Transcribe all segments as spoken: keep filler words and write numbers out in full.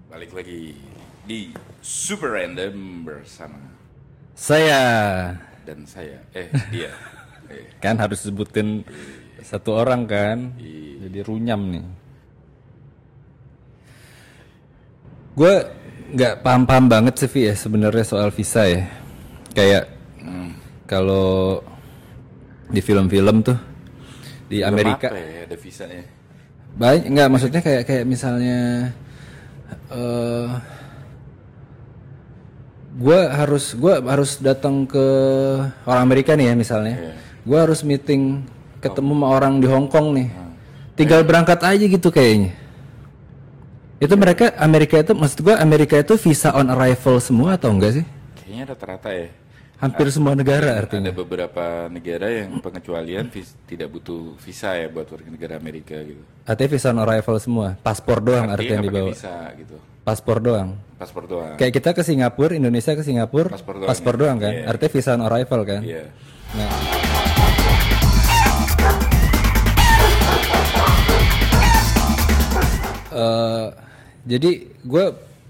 Balik lagi di Super Random bersama Saya dan saya. Eh, dia. Eh, kan harus sebutin satu orang kan, jadi runyam nih. Gue nggak paham-paham banget sih Vi ya sebenarnya soal visa ya. Kayak kalau di film-film tuh di film Amerika, apa ya, ada visanya. baik nggak maksudnya kayak kayak misalnya eh gue harus gue harus datang ke orang Amerika nih ya misalnya, Iya. gue harus meeting ketemu sama orang di Hong Kong nih, tinggal berangkat aja gitu kayaknya. Itu mereka Amerika itu maksud gue Amerika itu visa on arrival semua atau enggak sih? Kayaknya rata-rata ya. Hampir semua negara Ada artinya. beberapa negara yang pengecualian vis- tidak butuh visa ya buat warga negara Amerika gitu. Artinya visa on arrival semua, paspor doang artinya Artinya yang nggak pakai dibawa. visa gitu. Paspor doang. Paspor doang. Kayak kita ke Singapura, Indonesia ke Singapura, Paspor doang paspor ya? doang kan? Iya. Artinya visa on arrival kan? Iya. Nah, eh, jadi gue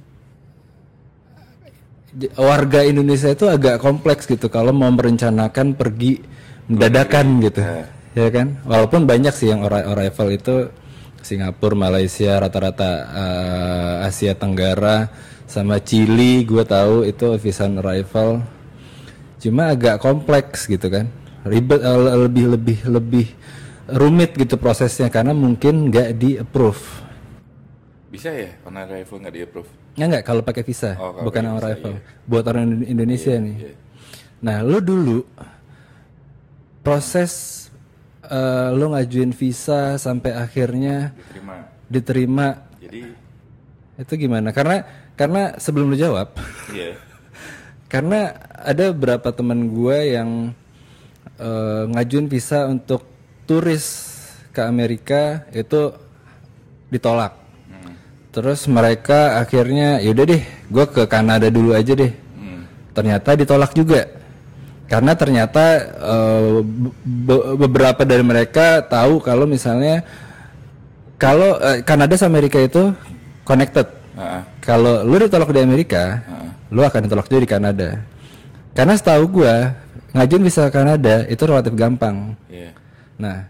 j- warga Indonesia itu agak kompleks gitu kalau mau merencanakan pergi mendadakan gitu, ya kan? Walaupun banyak sih yang arri- arrival itu Singapura, Malaysia, rata-rata eh, Asia Tenggara sama Chili, gue tahu itu visa on arrival. Cuma agak kompleks gitu kan, ribet, eh, lebih lebih lebih rumit gitu prosesnya karena mungkin nggak di approve. Bisa ya on arrival nggak di approve? Nggak nggak kalau pakai visa, Oh, kalau bukan pakai on visa, arrival. iya. Buat orang Indo- Indonesia nih. Iya. Nah, lo dulu proses eh, lo ngajuin visa sampai akhirnya Diterima. diterima Jadi, itu gimana? Karena karena sebelum lo jawab, iya. karena ada beberapa teman gue yang eh, ngajuin visa untuk turis ke Amerika itu ditolak. Terus mereka akhirnya yaudah deh, gue ke Kanada dulu aja deh. Ternyata ditolak juga. Karena ternyata eh, be- beberapa dari mereka tahu kalau misalnya kalau eh, Kanada sama Amerika itu connected. Ah, Kalau lu ditolak di Amerika, lu akan ditolak juga di Kanada. Karena setahu gua ngajuin visa ke Kanada itu relatif gampang. iya. Nah,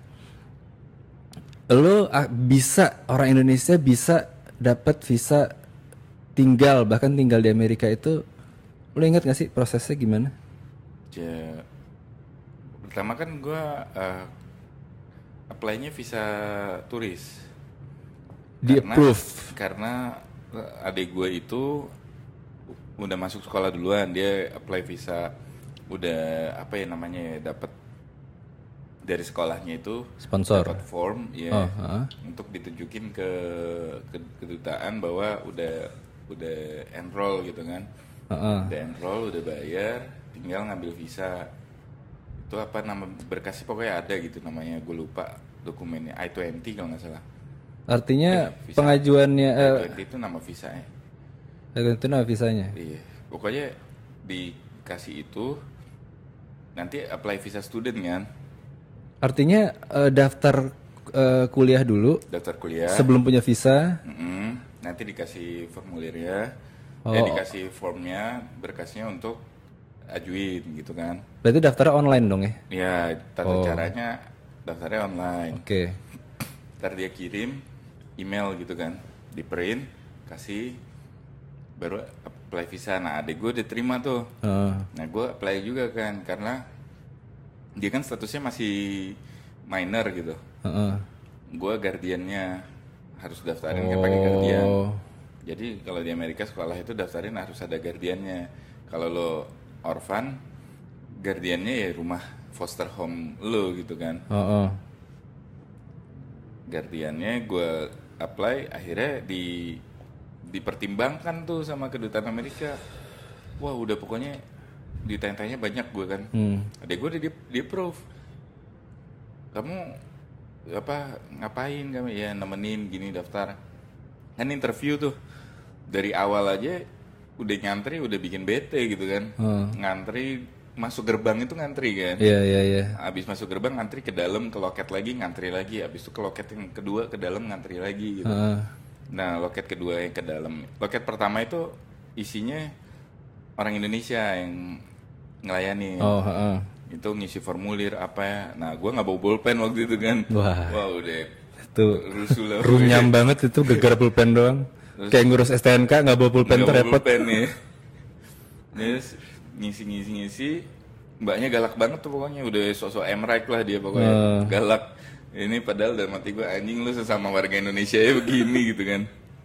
lu ah, bisa orang Indonesia bisa dapat visa tinggal bahkan tinggal di Amerika itu, lu ingat gak sih prosesnya gimana? Ja, pertama kan gue uh, apply-nya visa turis. Di Karena- approve. Karena uh, adik gue itu udah masuk sekolah duluan, dia apply visa udah apa ya namanya ya, dapat dari sekolahnya itu Sponsor. dapat form ya Oh, heeh. untuk ditunjukin ke, ke kedutaan bahwa udah udah enroll gitu kan. Heeh. Udah enroll, udah bayar, tinggal ngambil visa. Itu apa nama berkasnya pokoknya ada gitu namanya, gue lupa dokumennya I dua puluh kalau nggak salah. Artinya Visa. pengajuannya eh, I dua puluh itu nama visanya. itu nama visanya. Iya, pokoknya dikasih itu nanti apply visa student kan, Artinya eh, daftar eh, kuliah dulu daftar kuliah. sebelum punya visa. Mm-mm. Nanti dikasih formulirnya, Oh. eh, dikasih formnya, berkasnya untuk ajuin gitu kan. Berarti daftarnya online dong ya? Ya, tata Oh. caranya daftarnya online. Oke. Ntar dia kirim email gitu kan, di print, kasih, baru apply visa. Nah adik gue diterima tuh. Heeh. Nah gue apply juga kan, karena dia kan statusnya masih minor gitu. Heeh. Gue guardiannya harus daftarin kan pakai guardian. Oh. Jadi kalau di Amerika sekolah itu daftarin harus ada guardiannya. Kalau lo orphan, guardiannya ya rumah foster home lo gitu kan. Heeh. Guardiannya gue apply, akhirnya di dipertimbangkan tuh sama kedutaan Amerika. Wah udah pokoknya ditanya-tanya banyak gue kan. Hmm. Adek gue di, di approve. Kamu apa ngapain kamu ya nemenin gini daftar. Kan interview tuh dari awal aja udah nyantri, udah bikin bete gitu kan. Hmm. Ngantri masuk gerbang itu ngantri kan. Iya iya iya. Abis masuk gerbang ngantri ke dalam, ke loket lagi ngantri lagi, abis itu ke loket yang kedua ke dalam ngantri lagi gitu. Heeh. Nah, loket kedua yang ke dalam. Loket pertama itu isinya orang Indonesia yang ngelayanin. Oh, heeh. Itu ngisi formulir apa ya. Nah, gua nggak bawa bolpen waktu itu kan. Wah. Wah, udah Itu rusuh lah. runyam banget itu gara-gara pulpen doang. Kayak ngurus S T N K nggak bawa pulpen Nggak tuh bawa repot. Pulpen nih. Terus ngisi-ngisi-ngisi, mbaknya galak banget tuh pokoknya. Udah sosok emrak lah dia pokoknya. Uh. Galak. Ini padahal dalam hati gue, anjing lu sesama warga Indonesia ya begini gitu kan.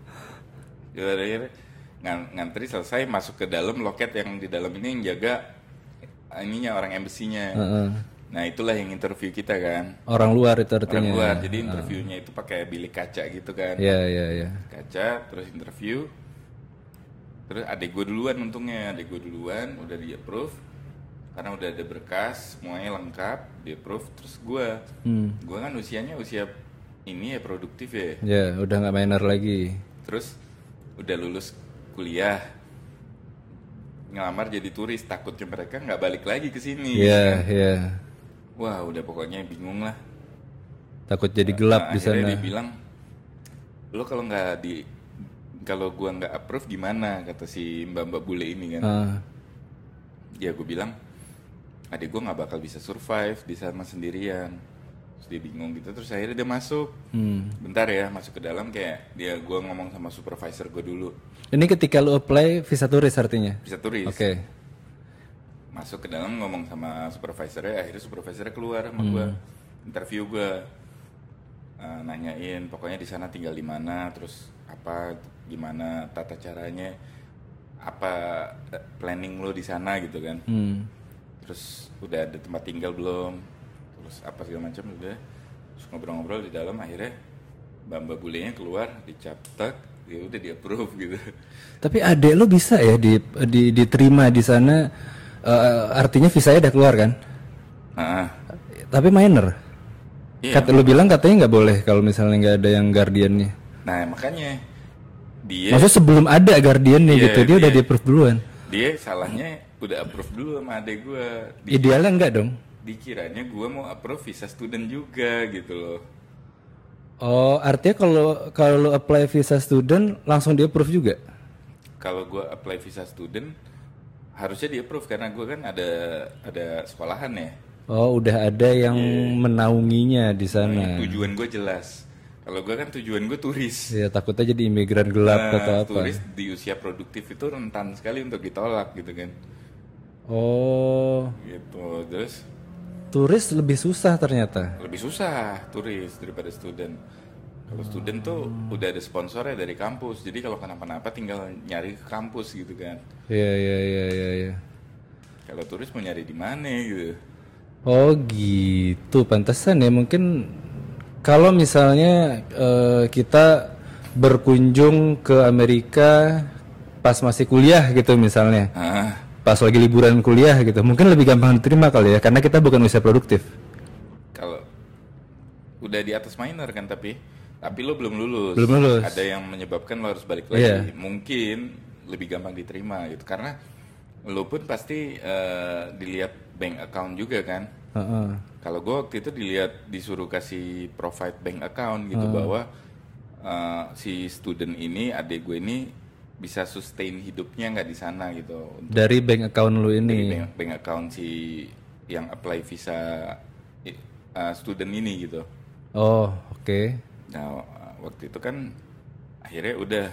Ya akhirnya ngan- ngantri selesai masuk ke dalam loket yang di dalam ini yang jaga ininya orang embassy-nya. Heeh. Nah itulah yang interview kita kan. Orang luar itu artinya. Orang luar, jadi interviewnya itu pakai bilik kaca gitu kan. Iya, iya, iya. Kaca, terus interview. Terus adik gue duluan untungnya, adik gue duluan udah di approve. Karena udah ada berkas, semuanya lengkap, di approve. Terus gue, Hmm. gue kan usianya usia ini ya produktif ya. Ya, udah nggak minor lagi. Terus udah lulus kuliah, ngelamar jadi turis, takutnya mereka nggak balik lagi ke sini. Iya, iya. Wah, udah pokoknya bingung lah. Takut jadi gelap Nah, di akhirnya sana. dia bilang, lo kalau nggak di, kalau gua nggak approve gimana, kata si mbak-mbak bule ini kan. Ah. Ya gue bilang, adik gue nggak bakal bisa survive di sana sendirian. Terus dia bingung gitu, terus akhirnya dia masuk. Hmm. Bentar ya, masuk ke dalam kayak dia gue ngomong sama supervisor gue dulu, Ini ketika lu apply visa turis artinya. bisa turis. Oke. Masuk ke dalam ngomong sama supervisornya, akhirnya supervisornya keluar sama gue, interview gue, Uh, nanyain pokoknya di sana tinggal di mana, terus apa, gimana tata caranya, apa eh, planning lo di sana gitu kan. Hmm. Terus udah ada tempat tinggal belum, terus apa segala macam udah, terus ngobrol-ngobrol di dalam, akhirnya mbak-mbak bulenya keluar, dicaptek, ya udah di approve gitu. Tapi adek lo bisa ya di, di diterima di sana, eh, artinya visanya udah keluar kan? Nah, Tapi minor. iya. Kata lu bilang katanya nggak boleh kalau misalnya nggak ada yang guardiannya. Nah makanya dia Maksudnya sebelum ada guardiannya Iya, gitu, dia udah dia- di approve duluan. dia salahnya udah approve dulu sama adek gue. Di, Idealnya enggak dong. dikiranya gue mau approve visa student juga gitu loh. Oh, artinya kalau kalau lu apply visa student langsung di approve juga. Kalau gue apply visa student harusnya di approve karena gue kan ada ada sekolahan ya. Oh, udah ada yang menaunginya di sana. Tujuan gue jelas. Kalau gue kan tujuan gue turis. Ya takutnya jadi imigran gelap Nah, atau apa. turis di usia produktif itu rentan sekali untuk ditolak gitu kan. Oh, Gitu. Terus turis lebih susah ternyata. lebih susah turis daripada student. Kalau student tuh udah ada sponsornya dari kampus. Jadi kalau kenapa-napa tinggal nyari ke kampus gitu kan. Iya, iya, iya, iya, iya. Kalau turis mau nyari di mana gitu. Oh gitu, pantesan ya mungkin kalau misalnya eh, kita berkunjung ke Amerika pas masih kuliah gitu misalnya, Ah, pas lagi liburan kuliah gitu, mungkin lebih gampang diterima kali ya, karena kita bukan usia produktif. kalau udah di atas minor kan tapi tapi lo belum lulus. Belum lulus. Ada yang menyebabkan lo harus balik lagi. Iya. Mungkin lebih gampang diterima gitu karena lo pun pasti eh, dilihat bank account juga kan. Heeh. Kalau gue waktu itu dilihat disuruh kasih provide bank account gitu bahwa uh, si student ini adik gue ini bisa sustain hidupnya nggak di sana gitu untuk Dari bank account lu dari ini. bank, bank account si yang apply visa uh, student ini gitu. Oh oke. Nah waktu itu kan akhirnya udah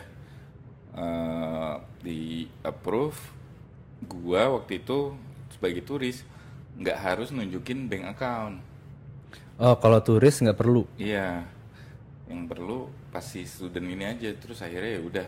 uh, di approve. Gua waktu itu sebagai turis nggak harus nunjukin bank account. Oh kalau turis nggak perlu. Iya, yang perlu pasti student ini aja. Terus akhirnya ya udah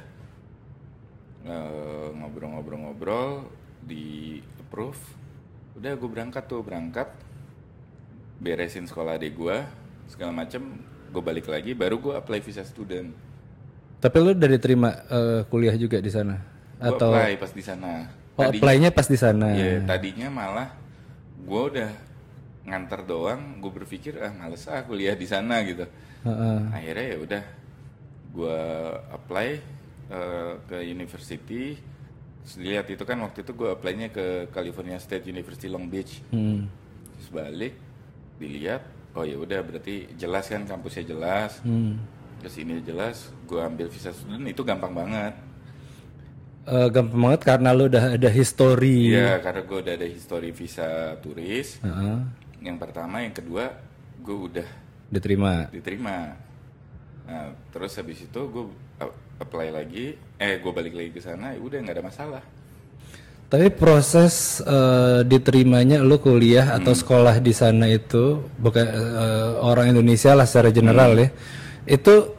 eh, ngobrol-ngobrol-ngobrol di approve. Udah gue berangkat tuh berangkat, beresin sekolah adik gue segala macem. Gue balik lagi, baru gue apply visa student. Tapi lu udah diterima eh, kuliah juga di sana? Gue Atau apply pas di sana. oh, Tadinya- apply-nya pas di sana? Iya, tadinya malah gue udah nganter doang. Gue berpikir ah males ah kuliah di sana gitu. Heeh. Akhirnya ya udah gue apply eh, ke university. Terus lihat itu kan waktu itu gue apply-nya ke California State University Long Beach. Hmm. Terus balik dilihat, oh ya udah berarti jelas kan kampusnya jelas. Hmm. kesini jelas, gue ambil visa student itu gampang banget. Uh, gampang banget karena lu udah ada history. Iya, karena gue udah ada history visa turis. Uh-huh. Yang pertama, yang kedua, gue udah diterima. Diterima. Nah, terus habis itu gue apply lagi, eh gue balik lagi ke sana, udah nggak ada masalah. Tapi proses uh, diterimanya lu kuliah hmm. atau sekolah di sana itu bukan uh, orang Indonesia lah secara general hmm. ya. Itu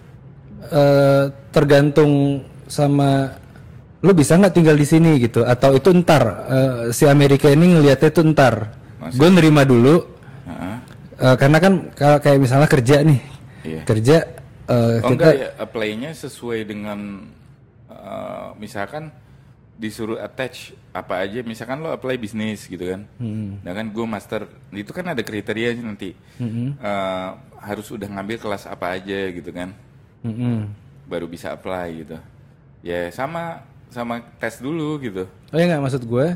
uh, tergantung sama lu bisa nggak tinggal di sini gitu atau itu ntar uh, si Amerika ini ngelihatnya itu ntar. Gue nerima dulu. Uh-huh. Uh, karena kan kalau kayak misalnya kerja nih. Yeah. Kerja uh, oh, kita enggak ya, apply-nya sesuai dengan uh, misalkan disuruh attach apa aja, misalkan lo apply bisnis gitu kan, hmm. nah kan gue master itu kan ada kriterianya nanti hmm. uh, harus udah ngambil kelas apa aja gitu kan, hmm. baru bisa apply gitu. Ya sama sama tes dulu gitu. Oh ya nggak, maksud gue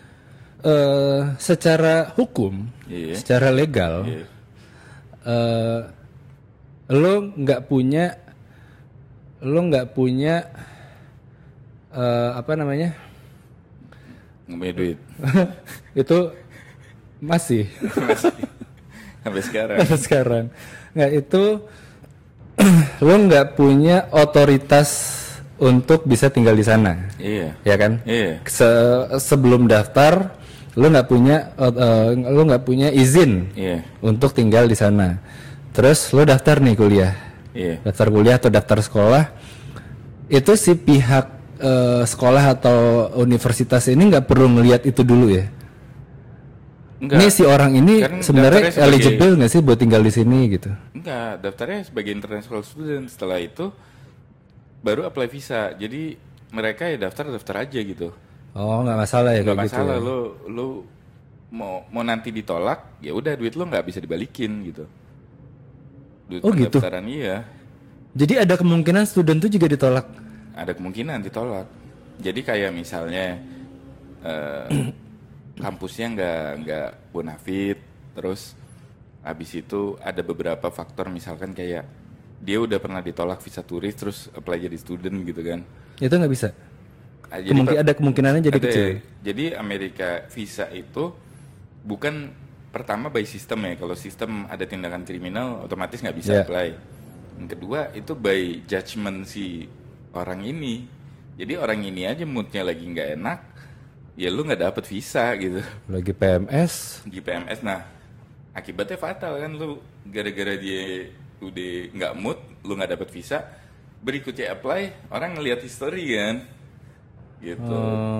uh, secara hukum, yeah. secara legal, yeah. uh, lo nggak punya lo nggak punya Uh, apa namanya? Nggak punya duit. Itu masih. Masih. Sampai sekarang. Sampai sekarang. Nggak, itu lo nggak punya otoritas untuk bisa tinggal di sana. Iya. Ya kan? Iya. Se- sebelum daftar, lo nggak punya uh, lo nggak punya izin iya. untuk tinggal di sana. Terus lo daftar nih kuliah. Iya. Daftar kuliah atau daftar sekolah. Itu si pihak Uh, sekolah atau universitas ini nggak perlu ngelihat itu dulu ya. Enggak. Ini si orang ini kan sebenarnya sebagai, eligible nggak sih buat tinggal di sini gitu? Enggak, daftarnya sebagai international student. Setelah itu baru apply visa. Jadi mereka ya daftar daftar aja gitu. Oh, nggak masalah ya? Nggak masalah gitu ya? Lo lo mau mau nanti ditolak ya udah, duit lo nggak bisa dibalikin gitu. Duit oh gitu. Iya. Jadi ada kemungkinan student tuh juga ditolak? Ada kemungkinan ditolak. Jadi kayak misalnya uh, kampusnya nggak nggak bonafit, terus habis itu ada beberapa faktor misalkan kayak dia udah pernah ditolak visa turis terus apply jadi student gitu kan. Itu nggak bisa. Nah, jadi Kemungkin ada kemungkinannya jadi ada, kecil. Jadi Amerika visa itu bukan pertama by system ya. Kalau sistem ada tindakan kriminal otomatis nggak bisa yeah. apply. Yang kedua itu by judgment si orang ini. Jadi orang ini aja moodnya lagi nggak enak, ya lu nggak dapet visa gitu. Lagi P M S. Lagi P M S, nah akibatnya fatal kan, lu gara-gara dia udah nggak mood, lu nggak dapet visa, berikutnya apply, orang ngelihat history kan, gitu.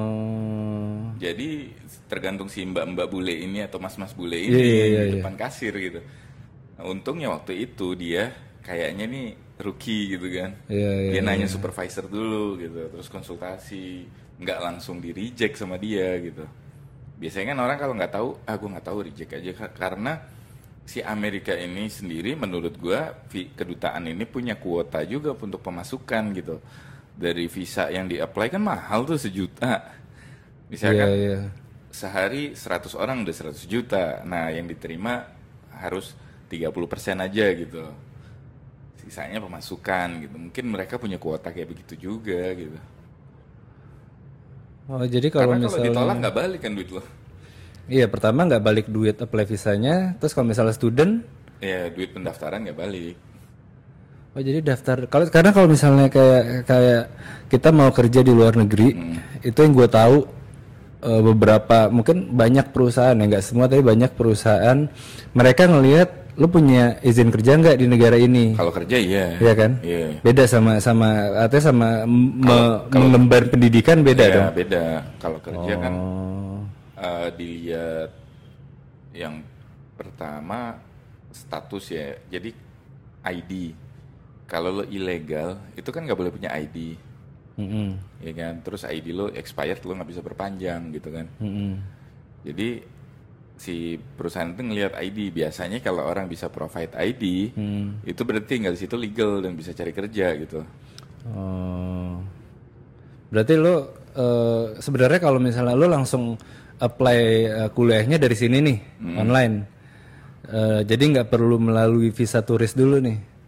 Oh. Jadi tergantung si mbak-mbak bule ini atau mas-mas bule ini yeah, yeah, yeah, di depan yeah. kasir gitu. Nah, untungnya waktu itu dia kayaknya nih rookie gitu kan, yeah, yeah, dia nanya yeah. supervisor dulu gitu, terus konsultasi, nggak langsung di reject sama dia gitu. Biasanya kan orang kalau nggak tahu, ah gue nggak tahu, reject aja, karena si Amerika ini sendiri menurut gue kedutaan ini punya kuota juga untuk pemasukan gitu. Dari visa yang di apply kan mahal tuh sejuta, misalkan yeah, yeah. sehari seratus orang udah seratus juta, nah yang diterima harus tiga puluh persen aja gitu. Sisanya pemasukan gitu. Mungkin mereka punya kuota kayak begitu juga gitu. Oh, jadi kalau Karena misalnya kalau ditolak nggak balik kan duit lo. Iya, pertama nggak balik duit apply visanya. Terus kalau misalnya student, iya, duit pendaftaran nggak balik. Oh, jadi daftar. Kalau karena kalau misalnya kayak kayak kita mau kerja di luar negeri, hmm. itu yang gue tahu uh, beberapa, mungkin banyak perusahaan ya, nggak semua tapi banyak perusahaan mereka ngelihat lu punya izin kerja nggak di negara ini? Kalau kerja iya. Iya kan? Iya. Beda sama sama artinya sama me- mengemban pendidikan beda iya, dong. Beda. Kalau kerja oh. kan uh, dilihat yang pertama status ya. Jadi I D. Kalau lo ilegal itu kan nggak boleh punya I D. Mm-hmm. Ya kan? Terus I D lo expired, lo nggak bisa perpanjang gitu kan? Mm-hmm. Jadi si perusahaan itu ngelihat I D. Biasanya kalau orang bisa provide I D, hmm. itu berarti tinggal di situ legal dan bisa cari kerja gitu. Oh. Berarti lo uh, sebenarnya kalau misalnya lo langsung apply uh, kuliahnya dari sini nih, hmm. online. Uh, jadi nggak perlu melalui visa turis dulu nih.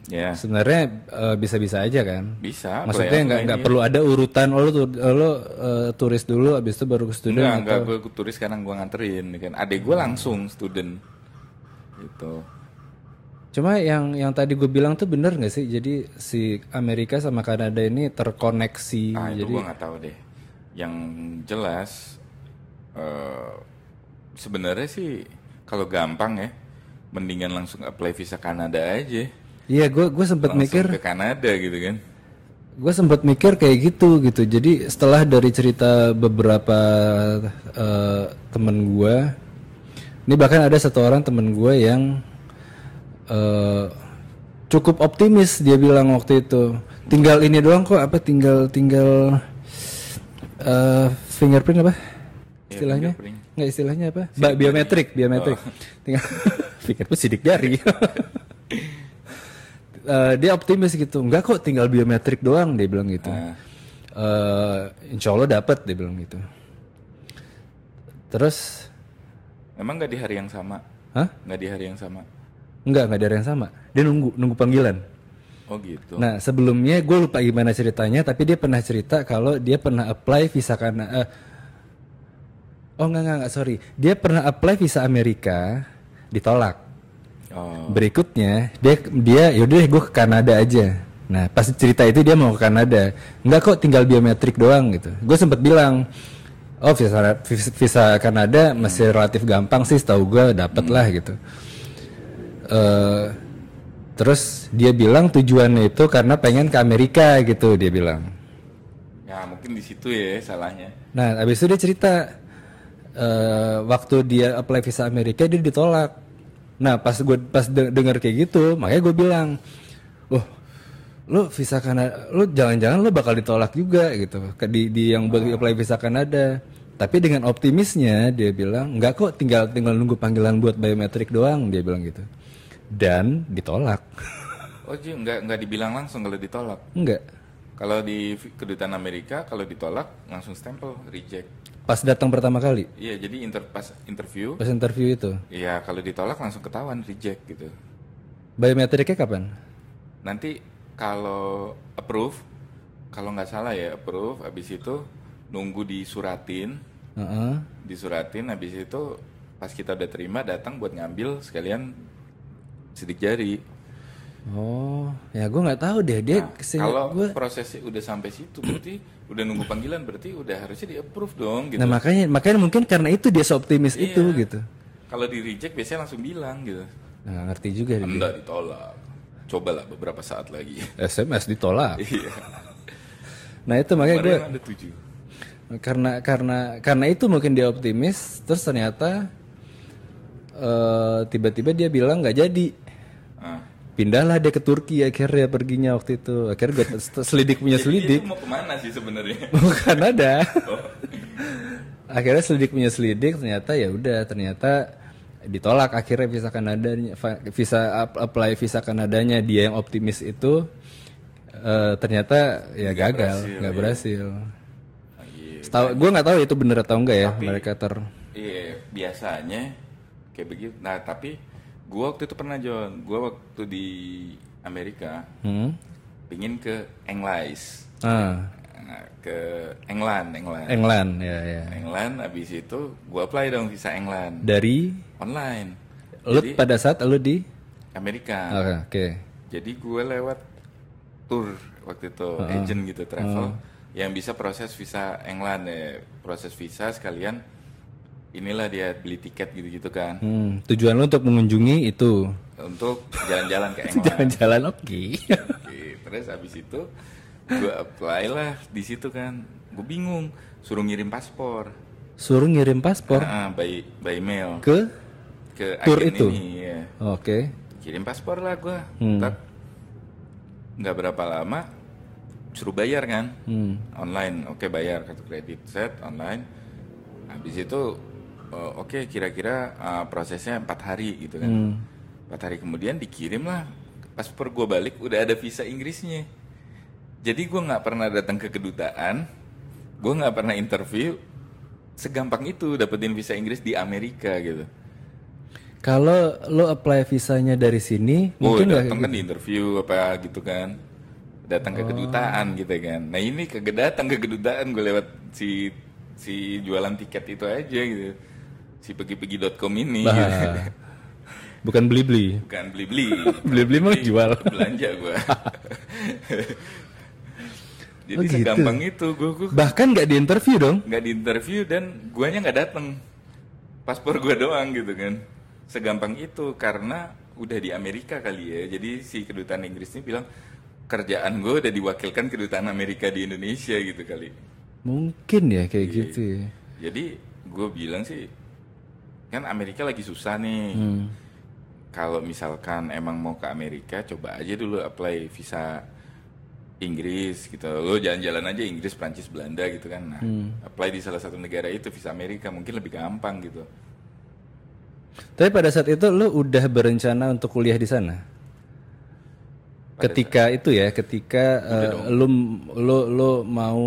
Ya, Sebenarnya eh, bisa-bisa aja kan. bisa. Maksudnya play out nggak main, nggak iya. perlu ada urutan. Oh, lo, tu- oh, lo eh, turis dulu, abis itu baru ke student Enggak, enggak. atau? Gue turis sekarang gue nganterin, kan. Adek gue langsung student. Gitu. Cuma yang yang tadi gue bilang tuh bener nggak sih? Jadi si Amerika sama Kanada ini terkoneksi. Ah, itu Jadi gue nggak tahu deh. Yang jelas, eh sebenarnya sih kalau gampang ya, mendingan langsung apply visa Kanada aja. iya, gue gue sempat Langsung mikir, ke Kanada gitu kan. gue sempat mikir kayak gitu gitu. Jadi setelah dari cerita beberapa eh, temen gue, ini bahkan ada satu orang temen gue yang eh, cukup optimis, dia bilang waktu itu tinggal ini doang kok, apa tinggal tinggal eh, fingerprint apa Ya, istilahnya, fingerprint. nggak istilahnya apa, Ba- biometrik biometrik tinggal fingerprint sidik jari. Eh, dia optimis gitu, enggak kok tinggal biometrik doang, dia bilang gitu. Nah, Eh, insya Allah dapat, dia bilang gitu. Terus emang nggak di hari yang sama? hah, Nggak di hari yang sama? enggak enggak ada yang sama, dia nunggu nunggu panggilan. Oh gitu. Nah, sebelumnya gue lupa gimana ceritanya, tapi dia pernah cerita kalau dia pernah apply visa karena eh, oh enggak, enggak enggak sorry, dia pernah apply visa Amerika, ditolak. Oh, Berikutnya dia dia yaudah gue ke Kanada aja. Nah, pas cerita itu dia mau ke Kanada, enggak kok tinggal biometrik doang gitu. Gue sempet bilang, oh visa visa, visa Kanada masih relatif gampang sih, setahu gue dapet lah gitu. Eh, terus dia bilang tujuannya itu karena pengen ke Amerika gitu, dia bilang. ya mungkin di situ ya salahnya. Nah, abis itu dia cerita eh, waktu dia apply visa Amerika dia ditolak. Nah, pas gue pas de- denger kayak gitu, makanya gue bilang, loh, lu visa Kanada, lu jangan-jangan lu bakal ditolak juga gitu, ke di, di yang buat apply visa Kanada. Tapi dengan optimisnya dia bilang, enggak kok, tinggal tinggal nunggu panggilan buat biometrik doang, dia bilang gitu. Dan ditolak. Oh jadi nggak nggak dibilang langsung kalau ditolak. Enggak. Kalau di v- kedutaan Amerika kalau ditolak langsung stempel reject. Pas datang pertama kali, Iya jadi inter pas interview, pas interview itu, iya kalau ditolak langsung ketahuan reject gitu. biometriknya kapan? Nanti kalau approve, kalau nggak salah ya approve, habis itu nunggu disuratin, Heeh. disuratin, habis itu pas kita udah terima datang buat ngambil sekalian sidik jari. Oh, ya gue nggak tahu deh dia. Nah, kesini- kalau gua- prosesnya udah sampai situ berarti udah nunggu panggilan berarti udah harusnya di approve dong gitu. Nah makanya makanya mungkin karena itu dia seoptimis Iya. itu gitu. Kalau di reject biasanya langsung bilang gitu. Nah, nggak ngerti juga dia. Enggak ditolak. Cobalah beberapa saat lagi. S M S ditolak. Iya. Nah itu makanya gue Kemarin ada tujuh. karena karena karena itu mungkin dia optimis, terus ternyata eh, tiba-tiba dia bilang nggak jadi. Ah. Pindahlah dia ke Turki akhirnya perginya waktu itu. Akhirnya gue selidik punya Jadi selidik. itu mau kemana sih sebenarnya? Bukan ada. Oh. Akhirnya selidik punya selidik, ternyata ya udah, ternyata ditolak akhirnya visa Kanadanya, va- visa ap- apply visa Kanadanya dia yang optimis itu eh, ternyata ya Nggak gagal, berhasil, nggak ya. berhasil. Ah, iya. Tahu, gue nggak tahu itu bener atau enggak ya Tapi- mereka ter. Iya, biasanya kayak begitu. Nah, tapi gua waktu itu pernah John, gua waktu di Amerika Hmm? pingin ke English. Ah, Nah, ke England, England. England ya ya. England, habis itu gua apply dong visa England Dari online. lu Jadi pada saat lu di, Amerika. oke, oke. Jadi gue lewat tour waktu itu, agent gitu travel yang bisa proses visa England ya, proses visa sekalian inilah dia beli tiket gitu-gitu kan Hmm, tujuan lu untuk mengunjungi itu untuk jalan-jalan ke England. jalan-jalan, oke. Oke, terus habis itu gue apply lah di situ kan, gue bingung suruh ngirim paspor, Suruh ngirim paspor Ah, ah, by by mail ke, ke tour agen itu? ini ya. oke. Kirim paspor lah gue, Hmm. nggak berapa lama suruh bayar kan, Hmm. online, oke bayar kartu kredit set online, habis itu oh, oke kira-kira uh, prosesnya empat hari gitu kan, Hmm. empat hari kemudian dikirim lah paspor gue balik udah ada visa Inggrisnya, jadi gue nggak pernah datang ke kedutaan, gue nggak pernah interview, segampang itu dapetin visa Inggris di Amerika gitu. Kalau lo apply visanya dari sini, Oh, mungkin nggak? datang kan di interview apa gitu kan. Datang ke kedutaan gitu kan. Nah, ini kagak datang ke kedutaan, gue lewat si si jualan tiket itu aja gitu. Si pergi-pergi dot com ini. Bah, Gitu. bukan beli-beli. Bukan beli-beli. Beli-beli mah jual. Belanja gue. Jadi Oh, gitu. segampang itu gue gue Bahkan nggak di interview dong? nggak di interview dan guanya nggak datang. Paspor gue doang gitu kan. Segampang itu karena udah di Amerika kali ya. Jadi si kedutaan Inggris ini bilang kerjaan gue udah diwakilkan kedutaan Amerika di Indonesia gitu kali. Mungkin ya kayak Iya. gitu ya. Jadi gue bilang sih kan Amerika lagi susah nih. Hmm. Kalau misalkan emang mau ke Amerika, coba aja dulu apply visa Inggris gitu. Lo jalan-jalan aja Inggris, Prancis, Belanda gitu kan. Nah, Hmm. apply di salah satu negara itu visa Amerika mungkin lebih gampang gitu. Tapi pada saat itu lo udah berencana untuk kuliah di sana? Pada Ketika itu ya, ketika eh, lo lo lo mau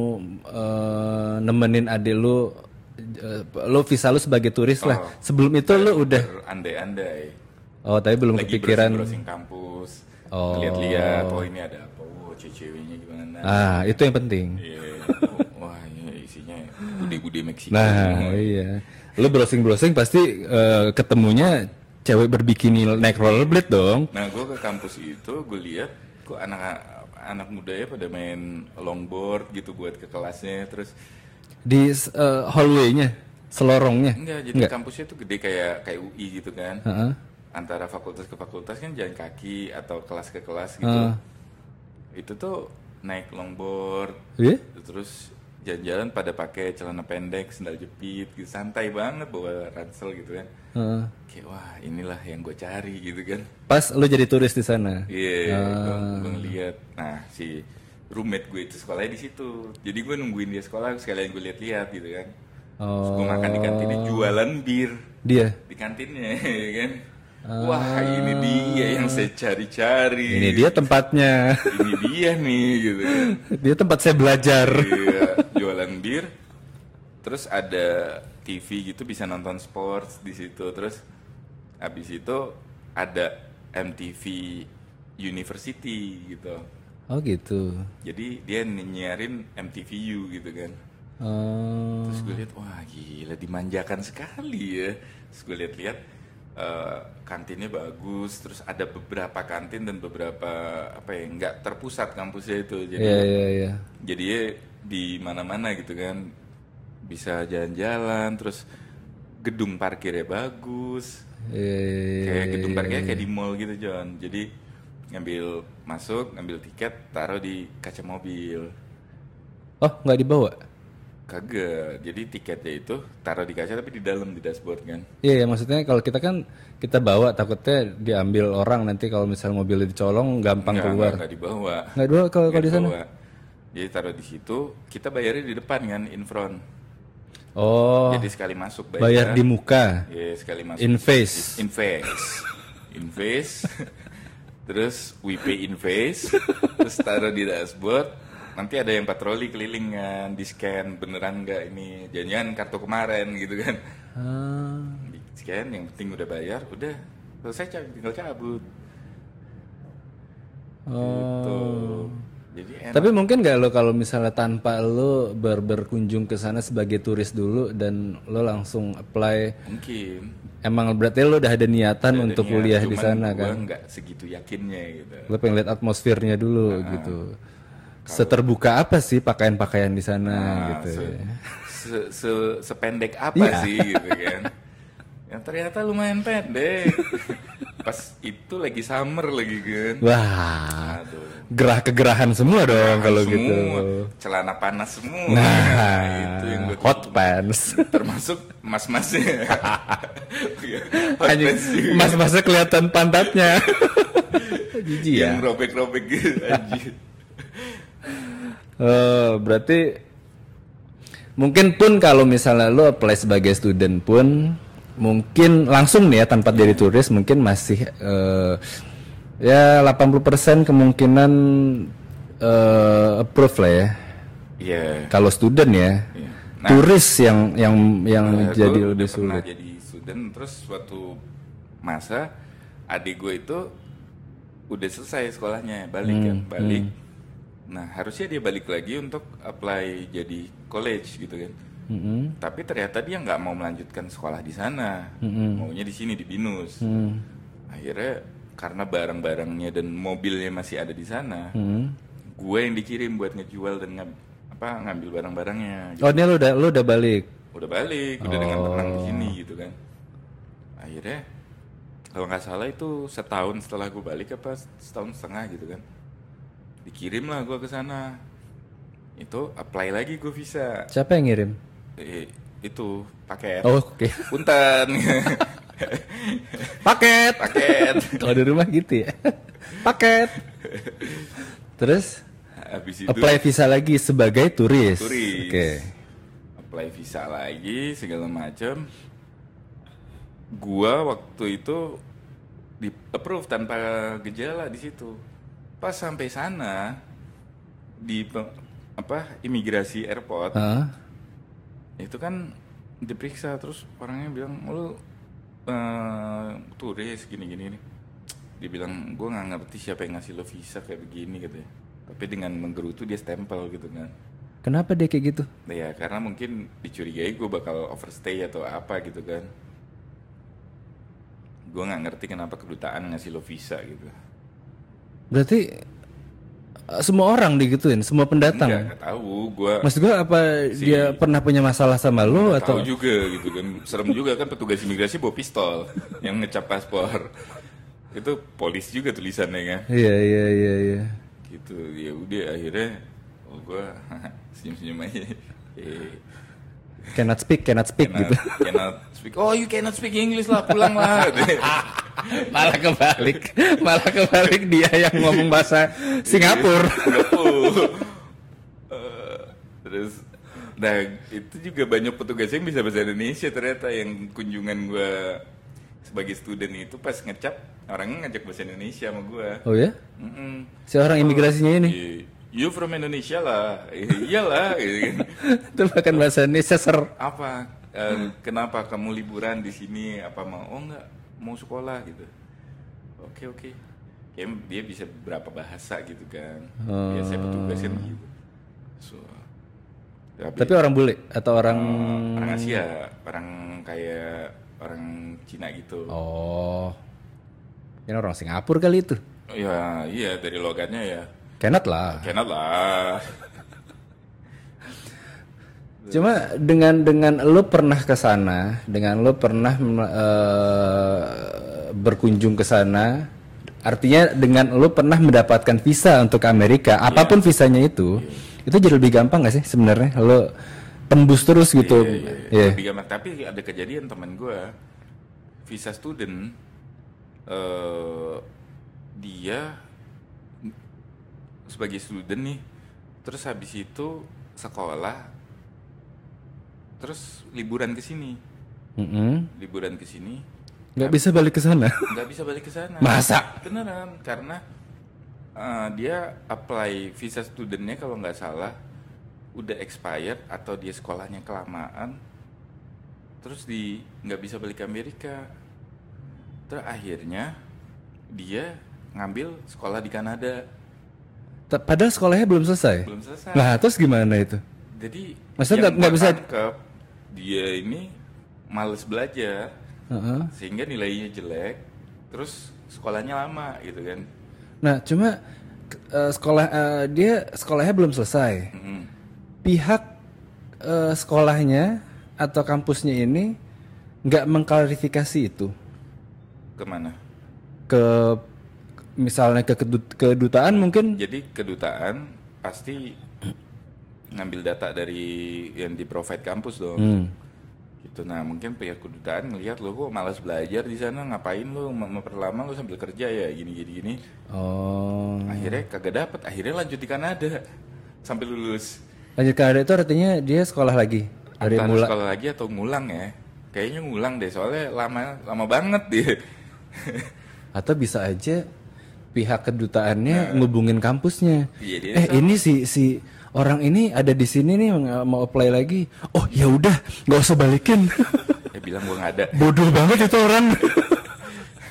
eh, nemenin adik lo, eh, lo visa lo sebagai turis lah. Oh. Sebelum itu lo udah, Berandai-andai. oh tapi belum Lagi kepikiran. browsing kampus. Oh. Lihat-lihat, oh ini ada apa, oh ceweknya gimana. Ah itu yang penting. Iya. Wah, ini isinya bude-bude Meksiko. Nah iya, lo browsing-browsing pasti eh, ketemunya cewek berbikini naik rollerblade dong. Nah, gue ke kampus itu, gue lihat kok anak anak muda ya pada main longboard gitu buat ke kelasnya, terus Di eh, hallway-nya, selorongnya. enggak, jadi Enggak. kampusnya tuh gede kayak kayak U I gitu kan. Heeh. Antara fakultas ke fakultas kan jalan kaki atau kelas ke kelas gitu. Ah. Itu tuh naik longboard, Iya? terus jalan-jalan pada pakai celana pendek, sandal jepit, gitu santai banget bawa ransel gitu kan. Heeh. Kayak wah inilah yang gue cari gitu kan. Pas lo jadi turis di sana. Iya, Ah. gue ngeliat. Nah si roommate gue itu sekolahnya di situ. Jadi gue nungguin dia sekolah sekalian gue lihat-lihat gitu kan. Terus gue makan di kantinnya jualan bir Dia. di kantinnya, ya kan. Wah ini dia yang saya cari-cari. Ini dia tempatnya. Ini dia nih gitu kan. Dia tempat saya belajar. Iya, jualan bir. Terus ada T V gitu bisa nonton sports di situ. Terus habis itu ada M T V University gitu. Oh gitu. Jadi dia nyiarin M T V U gitu kan. Oh. Terus gue lihat wah gila dimanjakan sekali ya. Terus gue lihat-lihat eh, kantinnya bagus. Terus ada beberapa kantin dan beberapa apa ya nggak terpusat kampusnya itu. Jadi Iya iya iya. jadi di mana-mana gitu kan bisa jalan-jalan. Terus gedung parkirnya bagus. Iya, iya, iya. Kayak gedung parkirnya kayak di mall gitu John. Jadi ngambil masuk ngambil tiket taruh di kaca mobil. Oh nggak dibawa? Kagak, jadi tiketnya itu taruh di kaca tapi di dalam di dashboard kan. Iya, ya, maksudnya kalau kita kan kita bawa takutnya diambil orang nanti kalau misalnya mobilnya dicolong gampang Nggak, keluar. nggak, nggak dibawa. Nggak dibawa kalau Nggak kalau di sana. dibawa. Jadi taruh di situ, kita bayarnya di depan kan, in front. Oh, Jadi sekali masuk bayar di muka, Iya, sekali masuk. in face. In face. In face. Terus we pay in face. Terus taruh di dashboard. Nanti ada yang patroli keliling kan, di scan beneran nggak ini, jangan kartu kemarin gitu kan. Ah. Di scan, yang penting udah bayar, udah selesai cab- tinggal cabut. Gitu. Jadi enak. Tapi mungkin nggak lo kalau misalnya tanpa lo ber berkunjung ke sana sebagai turis dulu dan lo langsung apply, Mungkin. emang berarti lo udah ada niatan Ada untuk niat, kuliah di cuman sana gua kan? nggak segitu yakinnya gitu. Lo pengen lihat atmosfernya dulu gitu. Seterbuka apa sih pakaian-pakaian di sana Nah, gitu? se, ya. se, se- sependek apa Iya. sih gitu kan? Yang ternyata lumayan pendek. Pas itu lagi summer lagi kan. Wah, Aduh. gerah kegerahan semua dong kalau Semua, gitu. celana panas semua. Nah, itu yang gue hot pants. termasuk mas-masnya. Hot Anjing, pants juga. mas-masnya kelihatan pantatnya. Jijik ya. Yang robek-robek gitu anjir. Oh, berarti mungkin pun kalau misalnya lo apply sebagai student pun mungkin langsung nih ya tanpa jadi turis mungkin masih eh, ya delapan puluh persen kemungkinan eh, approve lah ya. Iya. Kalau student ya. Iya. Nah, Turis yang yang yang Nah, jadi gua lebih udah pernah sulit. jadi student terus waktu masa adik gue itu udah selesai sekolahnya, balik kan, balik. Nah harusnya dia balik lagi untuk apply jadi college gitu kan. Mm-mm. Tapi ternyata dia nggak mau melanjutkan sekolah di sana, Mm-mm. maunya di sini di Binus. Mm. Akhirnya karena barang-barangnya dan mobilnya masih ada di sana, Mm. gue yang dikirim buat ngejual dan ngam- apa ngambil barang-barangnya. Gitu. Oh ini lo udah lo udah balik. Udah balik, udah dengan tenang di sini gitu kan. Akhirnya kalau nggak salah itu setahun setelah gue balik apa setahun setengah gitu kan, dikirim lah gue ke sana. Itu apply lagi gue visa. Siapa yang ngirim? Eh, itu paket. Oh oke. Punten. Paket. Paket. Kalau di rumah gitu ya. Paket. Terus Habis itu apply visa lagi sebagai turis. Turis. Oke. apply visa lagi segala macam. Gua waktu itu di approve tanpa gejala di situ. Pas sampai sana di pe- apa imigrasi airport Hah? itu kan diperiksa, terus orangnya bilang lu eh, turis gini-gini nih. Dibilang gue nggak ngerti siapa yang ngasih lo visa kayak begini katanya. Tapi dengan menggerutu dia stempel gitu kan. Kenapa dia kayak gitu? Nah, ya karena mungkin dicurigai gue bakal overstay atau apa gitu kan. Gue nggak ngerti kenapa kedutaan ngasih lo visa gitu. Berarti uh, semua orang digituin, semua pendatang. Enggak, nggak tahu. Gue Maksud gue apa Si- dia pernah punya masalah sama lo nggak atau tahu juga gitu kan. Serem juga kan petugas imigrasi bawa pistol yang ngecap paspor. Itu polis juga tulisannya kan. Iya iya iya iya. Gitu ya udah akhirnya oh gue senyum-senyum aja. Eh, Cannot speak, cannot speak cannot, gitu. cannot speak. Oh you cannot speak English lah, pulang lah. Malah kebalik, malah kebalik dia yang ngomong bahasa Singapura. Singapura. Eh, terus, nah itu juga banyak petugas yang bisa bahasa Indonesia ternyata yang kunjungan gue sebagai student itu pas ngecap orangnya ngajak bahasa Indonesia sama gue. Oh ya? Mm-mm. Si orang imigrasinya ini. Iya, you from Indonesia lah, iyalah. Gitu kan. Itu bahkan bahasa Indonesia ser. Apa? Eh, kenapa kamu liburan di sini? Apa mau? Oh enggak, mau sekolah gitu. Oke oke. Kayak dia bisa berapa bahasa gitu kan. Oh. Biasanya petugas kan gitu. So, tapi, Tapi orang bule atau orang orang Asia, orang kayak orang Cina gitu. Oh. Ini orang Singapura kali itu. Ya iya dari logatnya ya. Cannot lah. Cannot lah. Cuma dengan dengan lo pernah ke sana, dengan lo pernah eh, berkunjung ke sana, artinya dengan lo pernah mendapatkan visa untuk Amerika, apapun visanya itu, itu jadi lebih gampang nggak sih sebenarnya? Lo tembus terus gitu. Iya, iya, iya. Iya. Lebih gampang. Tapi ada kejadian teman gue visa student, eh dia sebagai student nih, terus habis itu sekolah, terus liburan ke sini, Mm-mm. liburan ke sini, Nggak bisa balik ke sana. nggak bisa balik ke sana. Masa? Beneran, karena eh, dia apply visa studentnya kalau nggak salah udah expired atau dia sekolahnya kelamaan, terus di nggak bisa balik ke Amerika. Terus akhirnya dia ngambil sekolah di Kanada, Ta- Padahal sekolahnya belum selesai. belum selesai. Nah, terus gimana itu? Jadi Maksudnya yang nggak- nggak gua bisa- tangkep, dia ini males belajar Heeh. sehingga nilainya jelek, terus sekolahnya lama gitu kan. Nah, cuma eh, sekolah eh, dia sekolahnya belum selesai. Mm-mm. Pihak eh, sekolahnya atau kampusnya ini nggak mengklarifikasi itu Kemana? ke misalnya ke kedut- kedutaan mungkin. Jadi kedutaan pasti ngambil data dari yang di provide kampus dong. Hmm. Gitu. Nah mungkin pihak kedutaan ngelihat lo kok malas belajar di sana, ngapain lo mem- memperlama lo sambil kerja ya gini gini gini. Oh. Akhirnya kagak dapet, akhirnya lanjut di Kanada sampai lulus. Lanjut Kanada itu artinya dia sekolah lagi dari Antara mulai. sekolah lagi atau ngulang ya? Kayaknya ngulang deh, soalnya lama lama banget dia. Atau bisa aja pihak kedutaannya ngubungin kampusnya. Iya, dia eh sama. ini si si orang ini ada di sini nih mau- mau apply lagi. Oh ya udah, nggak usah balikin. Dia bilang gua nggak ada. Bodoh banget itu orang.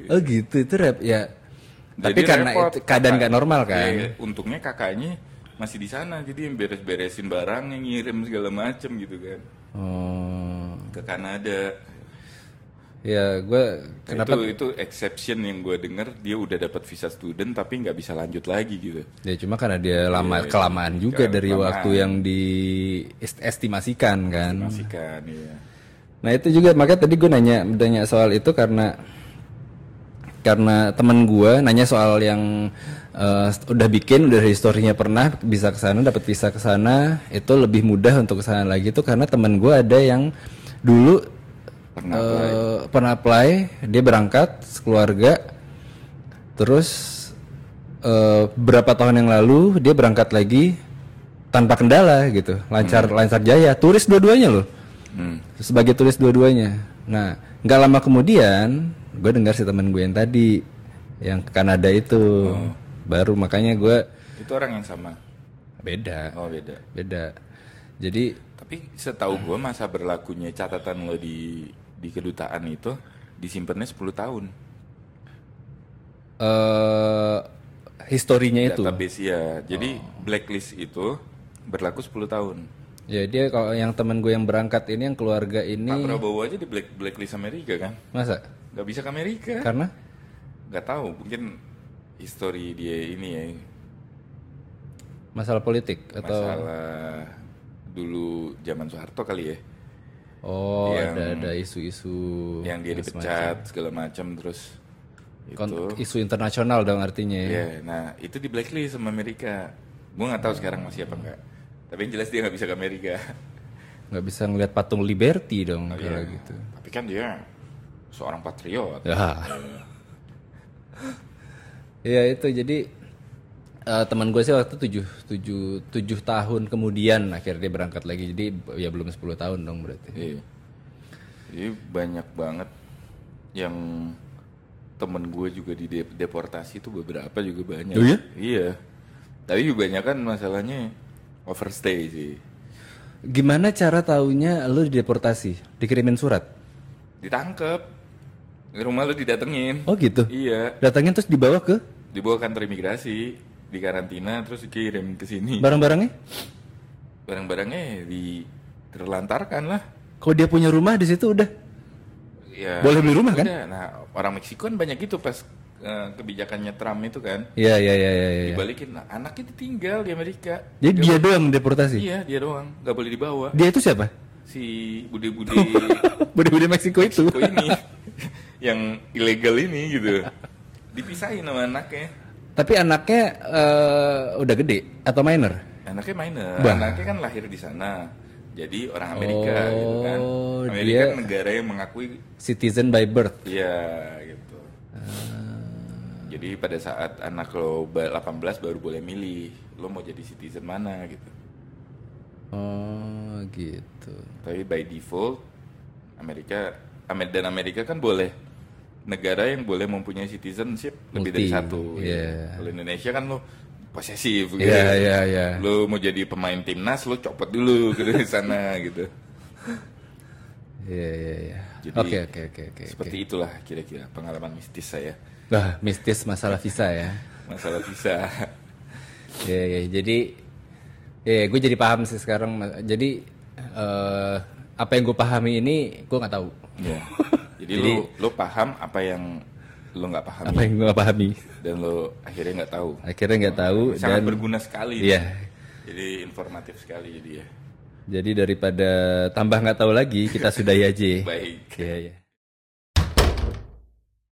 Oh gitu, itu rep ya. Tapi Jadi karena repot, itu keadaan kakak- nggak normal kan. Iya, untungnya kakaknya masih di sana, jadi yang beres-beresin barang, yang ngirim segala macem gitu kan Oh, ke Kanada. ya gue Nah, kenapa? itu itu exception yang gue denger, dia udah dapat visa student tapi nggak bisa lanjut lagi gitu. Ya cuma karena dia lama kelamaan juga kelamaan. dari waktu yang diestimasikan kan. Masih kan, iya. Nah itu juga makanya tadi gue nanya nanya soal itu karena karena teman gue nanya soal yang eh, udah bikin udah historinya pernah bisa ke sana dapat visa ke sana itu lebih mudah untuk ke sana lagi itu karena teman gue ada yang dulu Pernah eh, apply. pernah apply dia berangkat sekeluarga terus eh, berapa tahun yang lalu dia berangkat lagi tanpa kendala gitu lancar lancar jaya turis dua-duanya loh. Hmm. Sebagai tulis dua-duanya. Nah, nggak lama kemudian, gue dengar si teman gue yang tadi, yang ke Kanada itu, baru makanya gue Itu orang yang sama. beda, Oh beda. beda. Jadi, Tapi setahu gue masa berlakunya catatan lo di di kedutaan itu disimpannya sepuluh tahun. eh historinya itu, Database ya. Jadi blacklist itu berlaku sepuluh tahun. ya dia kalau yang teman gue yang berangkat ini, yang keluarga Pak ini, Prabowo aja di black blacklist Amerika kan? masa? Gak bisa ke Amerika. Karena? Gak tahu, mungkin history dia ini ya, Masalah politik atau? masalah dulu zaman Soeharto kali ya, Oh, Yang- ada ada isu-isu yang dia yang dipecat segala macam terus Kon- itu. isu internasional dong artinya ya. Iya, nah itu di blacklist sama Amerika. Gue nggak tahu sekarang masih apa enggak. Tapi yang jelas dia nggak bisa ke Amerika. Nggak bisa ngeliat patung Liberty dong kalau Iya. gitu. Tapi kan dia seorang patriot. Ya. Iya itu jadi eh, teman gue sih waktu tujuh tujuh tujuh tahun kemudian akhirnya dia berangkat lagi jadi ya belum sepuluh tahun dong berarti. Iya. Jadi banyak banget yang temen gue juga di de- deportasi itu beberapa juga banyak. Oh iya? Iya. Tapi kebanyakan masalahnya overstay sih. Gimana cara taunya lu dideportasi? Dikirimin surat? Ditangkep. Di rumah lu didatengin. Oh gitu. Iya. Datangin terus dibawa ke Dibawa kantor imigrasi, di karantina terus dikirim ke sini. barang-barangnya? Barang-barangnya di terlantarkan lah. Kalau dia punya rumah di situ udah Ya. boleh beli rumah kan? Udah. Nah, orang Meksiko kan banyak gitu pas eh, kebijakannya Trump itu kan. Iya iya iya iya. Ya. Dibalikin, nah, anaknya ditinggal di Amerika. Jadi dia doang deportasi. Iya, dia doang, nggak boleh dibawa. Dia itu siapa? Si Bude-Bude Bude-bude Meksiko itu. Meksiko ini, yang ilegal ini gitu, dipisahin sama anaknya. Tapi anaknya eh, udah gede atau minor? Anaknya minor, Bah. anaknya kan lahir di sana, jadi orang Amerika gitu kan. Oh, Amerika dia- kan negara yang mengakui, Citizen by birth. ya gitu. Jadi pada saat anak lo ba- delapan belas baru boleh milih, lo mau jadi citizen mana gitu. Oh gitu. Tapi by default Amerika Amer- dan Amerika kan boleh negara yang boleh mempunyai citizenship lebih dari Multi, satu. iya. Kalau Indonesia kan lo posesif gitu. Iya iya iya. Lo mau jadi pemain timnas lo copot dulu ke dari sana gitu. Iya iya iya. Jadi, Oke oke oke oke. Seperti itulah kira-kira pengalaman mistis saya Wah mistis masalah visa ya. masalah visa. Iya iya. Jadi ya gue jadi paham sih sekarang. Jadi eh, apa yang gue pahami ini gue nggak tahu. Ya. Jadi, lo lo paham apa yang lo nggak pahami Apa yang gue nggak pahami. dan lo akhirnya nggak tahu. Akhirnya nggak tahu Sangat dan berguna sekali. Iya. Jadi informatif sekali jadi ya. Jadi daripada tambah nggak tahu lagi kita sudahi aja. Baik. Iya iya.